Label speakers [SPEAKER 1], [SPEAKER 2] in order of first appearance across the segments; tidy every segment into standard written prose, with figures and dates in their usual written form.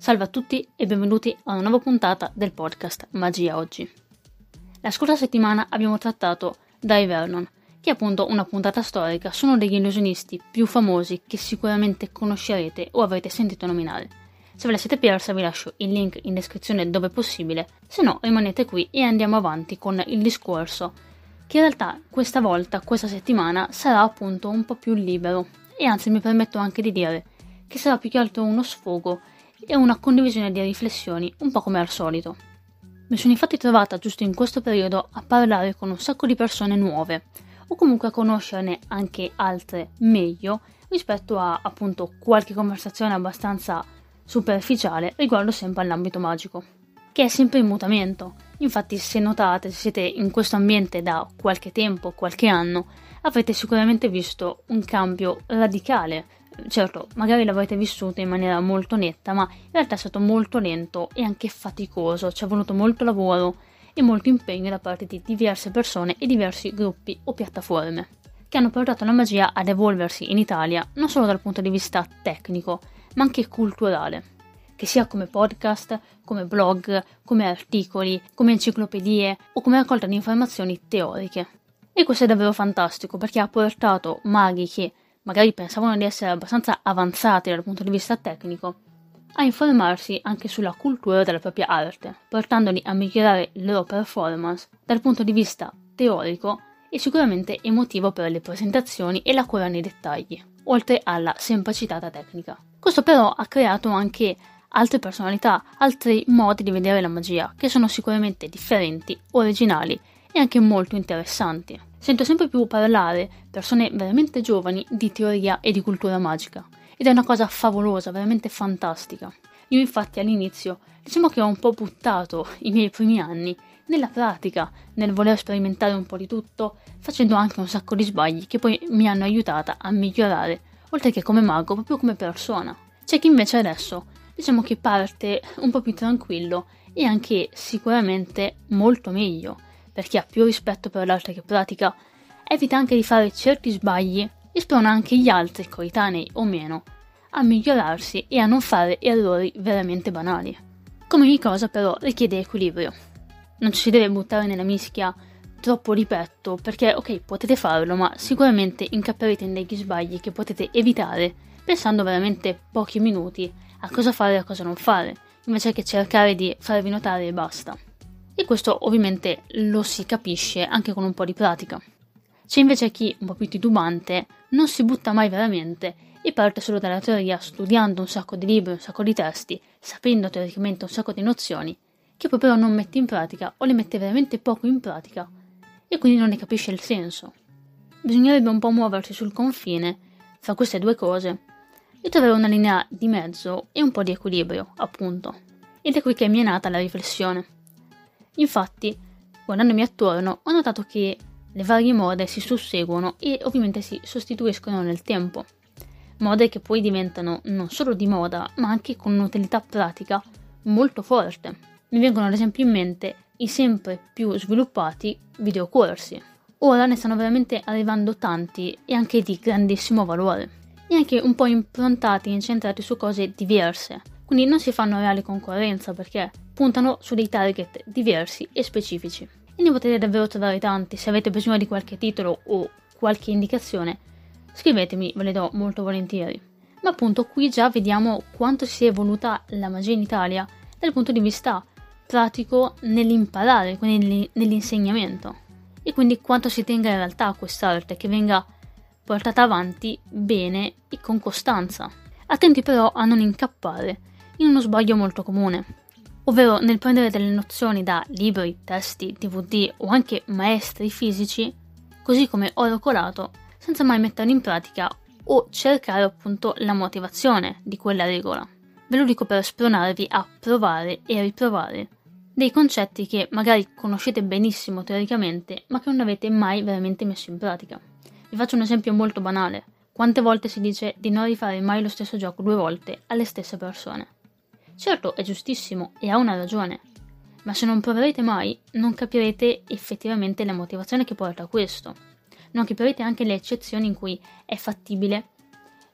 [SPEAKER 1] Salve a tutti e benvenuti a una nuova puntata del podcast Magia Oggi. La scorsa settimana abbiamo trattato Dai Vernon, che è appunto una puntata storica su uno degli illusionisti più famosi che sicuramente conoscerete o avrete sentito nominare. Se ve la siete persa vi lascio il link in descrizione dove possibile, se no rimanete qui e andiamo avanti con il discorso, che in realtà questa settimana sarà appunto un po' più libero e anzi mi permetto anche di dire che sarà più che altro uno sfogo e una condivisione di riflessioni, un po' come al solito. Mi sono infatti trovata giusto in questo periodo a parlare con un sacco di persone nuove, o comunque a conoscerne anche altre meglio, rispetto a appunto qualche conversazione abbastanza superficiale riguardo sempre all'ambito magico, che è sempre in mutamento. Infatti se notate, se siete in questo ambiente da qualche tempo, qualche anno, avrete sicuramente visto un cambio radicale. Certo, magari l'avrete vissuto in maniera molto netta, ma in realtà è stato molto lento e anche faticoso, ci è voluto molto lavoro e molto impegno da parte di diverse persone e diversi gruppi o piattaforme, che hanno portato la magia ad evolversi in Italia non solo dal punto di vista tecnico, ma anche culturale, che sia come podcast, come blog, come articoli, come enciclopedie o come raccolta di informazioni teoriche. E questo è davvero fantastico perché ha portato maghi che magari pensavano di essere abbastanza avanzati dal punto di vista tecnico, a informarsi anche sulla cultura della propria arte, portandoli a migliorare le loro performance dal punto di vista teorico e sicuramente emotivo per le presentazioni e la cura nei dettagli, oltre alla sempre citata tecnica. Questo però ha creato anche altre personalità, altri modi di vedere la magia, che sono sicuramente differenti, originali e anche molto interessanti. Sento sempre più parlare persone veramente giovani di teoria e di cultura magica, ed è una cosa favolosa, veramente fantastica. Io infatti all'inizio diciamo che ho un po' buttato i miei primi anni nella pratica, nel voler sperimentare un po' di tutto, facendo anche un sacco di sbagli che poi mi hanno aiutata a migliorare, oltre che come mago, proprio come persona. C'è chi invece adesso diciamo che parte un po' più tranquillo e anche sicuramente molto meglio, perché ha più rispetto per l'arte che pratica, evita anche di fare certi sbagli e sprona anche gli altri, coetanei o meno, a migliorarsi e a non fare errori veramente banali. Come ogni cosa però richiede equilibrio. Non ci si deve buttare nella mischia troppo di petto, perché ok, potete farlo, ma sicuramente incapperete in degli sbagli che potete evitare pensando veramente pochi minuti a cosa fare e a cosa non fare, invece che cercare di farvi notare e basta. E questo ovviamente lo si capisce anche con un po' di pratica. C'è invece chi, un po' più titubante, non si butta mai veramente e parte solo dalla teoria, studiando un sacco di libri, un sacco di testi, sapendo teoricamente un sacco di nozioni, che poi però non mette in pratica o le mette veramente poco in pratica e quindi non ne capisce il senso. Bisognerebbe un po' muoversi sul confine fra queste due cose e trovare una linea di mezzo e un po' di equilibrio, appunto. Ed è qui che mi è nata la riflessione. Infatti, guardandomi attorno, ho notato che le varie mode si susseguono e ovviamente si sostituiscono nel tempo. Mode che poi diventano non solo di moda, ma anche con un'utilità pratica molto forte. Mi vengono ad esempio in mente i sempre più sviluppati videocorsi. Ora ne stanno veramente arrivando tanti e anche di grandissimo valore. E anche un po' improntati e incentrati su cose diverse. Quindi non si fanno reale concorrenza perché puntano su dei target diversi e specifici. E ne potete davvero trovare tanti. Se avete bisogno di qualche titolo o qualche indicazione, scrivetemi, ve le do molto volentieri. Ma appunto qui già vediamo quanto si è evoluta la magia in Italia dal punto di vista pratico nell'imparare, quindi nell'insegnamento. E quindi quanto si tenga in realtà a quest'arte, che venga portata avanti bene e con costanza. Attenti però a non incappare in uno sbaglio molto comune, ovvero nel prendere delle nozioni da libri, testi, DVD o anche maestri fisici, così come oro colato, senza mai metterli in pratica o cercare appunto la motivazione di quella regola. Ve lo dico per spronarvi a provare e riprovare dei concetti che magari conoscete benissimo teoricamente, ma che non avete mai veramente messo in pratica. Vi faccio un esempio molto banale. Quante volte si dice di non rifare mai lo stesso gioco 2 volte alle stesse persone? Certo, è giustissimo e ha una ragione, ma se non proverete mai, non capirete effettivamente la motivazione che porta a questo. Non capirete anche le eccezioni in cui è fattibile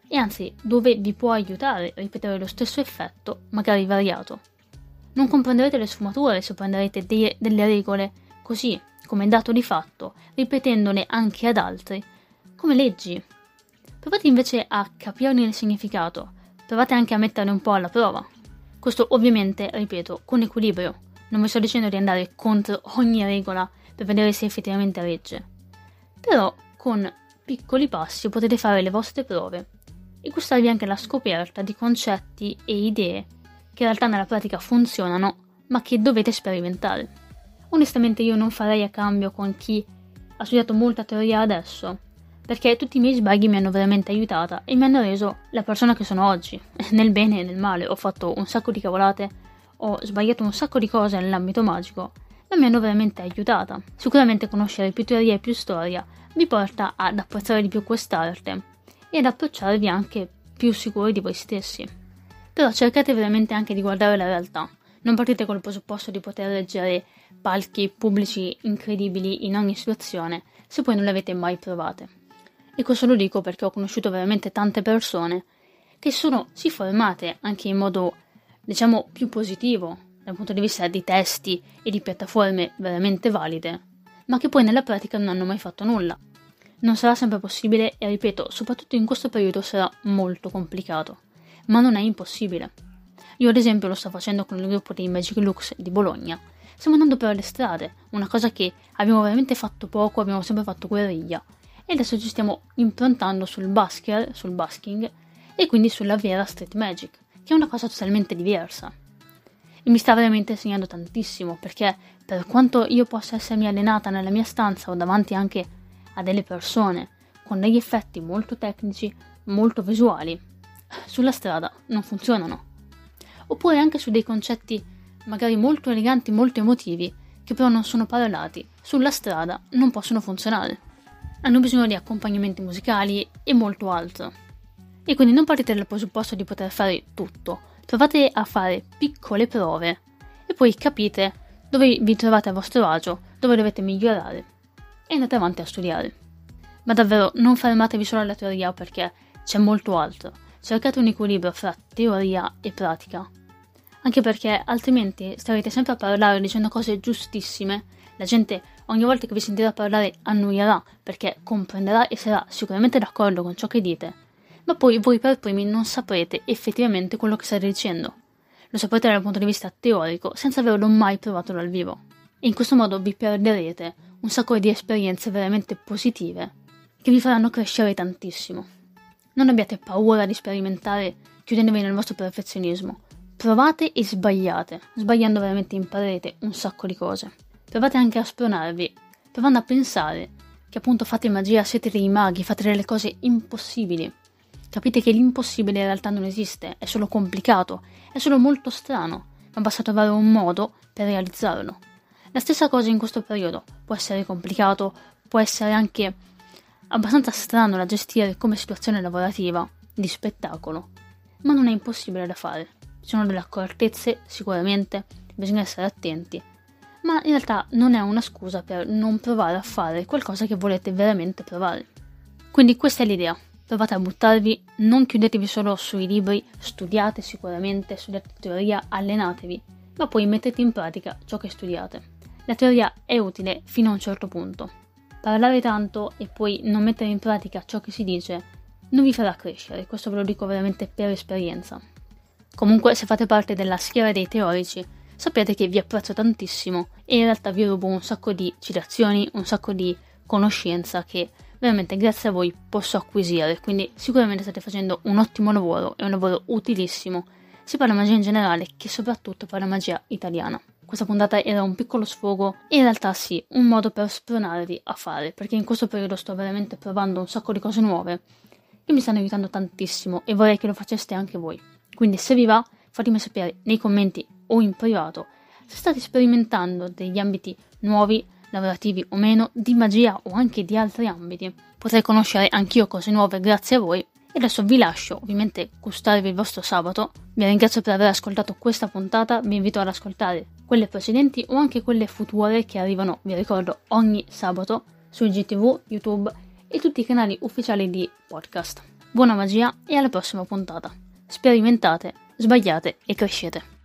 [SPEAKER 1] e anzi dove vi può aiutare a ripetere lo stesso effetto, magari variato. Non comprenderete le sfumature se prenderete delle regole così, come dato di fatto, ripetendole anche ad altri, come leggi. Provate invece a capirne il significato, provate anche a metterle un po' alla prova. Questo ovviamente, ripeto, con equilibrio. Non vi sto dicendo di andare contro ogni regola per vedere se effettivamente regge. Però con piccoli passi potete fare le vostre prove e gustarvi anche la scoperta di concetti e idee che in realtà nella pratica funzionano, ma che dovete sperimentare. Onestamente io non farei a cambio con chi ha studiato molta teoria adesso, perché tutti i miei sbagli mi hanno veramente aiutata e mi hanno reso la persona che sono oggi, nel bene e nel male. Ho fatto un sacco di cavolate, ho sbagliato un sacco di cose nell'ambito magico, ma mi hanno veramente aiutata. Sicuramente conoscere più teoria e più storia vi porta ad apprezzare di più quest'arte e ad approcciarvi anche più sicuri di voi stessi. Però cercate veramente anche di guardare la realtà. Non partite col presupposto di poter reggere palchi pubblici incredibili in ogni situazione se poi non le avete mai provate. E questo lo dico perché ho conosciuto veramente tante persone che sono sì formate anche in modo, diciamo, più positivo dal punto di vista di testi e di piattaforme veramente valide, ma che poi nella pratica non hanno mai fatto nulla. Non sarà sempre possibile e, ripeto, soprattutto in questo periodo sarà molto complicato, ma non è impossibile. Io ad esempio lo sto facendo con il gruppo dei Magic Lux di Bologna. Stiamo andando per le strade, una cosa che abbiamo veramente fatto poco, abbiamo sempre fatto guerriglia, e adesso ci stiamo improntando sul basking e quindi sulla vera street magic, che è una cosa totalmente diversa. E mi sta veramente insegnando tantissimo, perché per quanto io possa essermi allenata nella mia stanza o davanti anche a delle persone con degli effetti molto tecnici, molto visuali, sulla strada non funzionano. Oppure anche su dei concetti magari molto eleganti, molto emotivi, che però non sono parlati, sulla strada non possono funzionare. Hanno bisogno di accompagnamenti musicali e molto altro. E quindi non partite dal presupposto di poter fare tutto, provate a fare piccole prove e poi capite dove vi trovate a vostro agio, dove dovete migliorare e andate avanti a studiare. Ma davvero non fermatevi solo alla teoria, perché c'è molto altro. Cercate un equilibrio fra teoria e pratica, anche perché altrimenti starete sempre a parlare dicendo cose giustissime. La gente ogni volta che vi sentirà parlare annoierà, perché comprenderà e sarà sicuramente d'accordo con ciò che dite, ma poi voi per primi non saprete effettivamente quello che state dicendo. Lo saprete dal punto di vista teorico senza averlo mai provato dal vivo, e in questo modo vi perderete un sacco di esperienze veramente positive che vi faranno crescere tantissimo. Non abbiate paura di sperimentare chiudendovi nel vostro perfezionismo. Provate e sbagliate. Sbagliando veramente imparerete un sacco di cose. Provate anche a spronarvi, provando a pensare che appunto fate magia, siete dei maghi, fate delle cose impossibili. Capite che l'impossibile in realtà non esiste, è solo complicato, è solo molto strano, ma basta trovare un modo per realizzarlo. La stessa cosa in questo periodo, può essere complicato, può essere anche abbastanza strano da gestire come situazione lavorativa, di spettacolo, ma non è impossibile da fare. Ci sono delle accortezze, sicuramente, bisogna essere attenti, ma in realtà non è una scusa per non provare a fare qualcosa che volete veramente provare. Quindi questa è l'idea. Provate a buttarvi, non chiudetevi solo sui libri, studiate sicuramente, studiate teoria, allenatevi, ma poi mettete in pratica ciò che studiate. La teoria è utile fino a un certo punto. Parlare tanto e poi non mettere in pratica ciò che si dice non vi farà crescere, questo ve lo dico veramente per esperienza. Comunque, se fate parte della schiera dei teorici, sappiate che vi apprezzo tantissimo e in realtà vi rubo un sacco di citazioni, un sacco di conoscenza che veramente grazie a voi posso acquisire, quindi sicuramente state facendo un ottimo lavoro e un lavoro utilissimo sia per la magia in generale che soprattutto per la magia italiana. Questa puntata era un piccolo sfogo e in realtà sì, un modo per spronarvi a fare, perché in questo periodo sto veramente provando un sacco di cose nuove che mi stanno aiutando tantissimo e vorrei che lo faceste anche voi. Quindi se vi va, fatemi sapere nei commenti o in privato se state sperimentando degli ambiti nuovi, lavorativi o meno, di magia o anche di altri ambiti. Potrei conoscere anch'io cose nuove grazie a voi. E adesso vi lascio, ovviamente, gustarvi il vostro sabato. Vi ringrazio per aver ascoltato questa puntata, vi invito ad ascoltare quelle precedenti o anche quelle future che arrivano, vi ricordo, ogni sabato su IGTV, YouTube e tutti i canali ufficiali di podcast. Buona magia e alla prossima puntata. Sperimentate, sbagliate e crescete.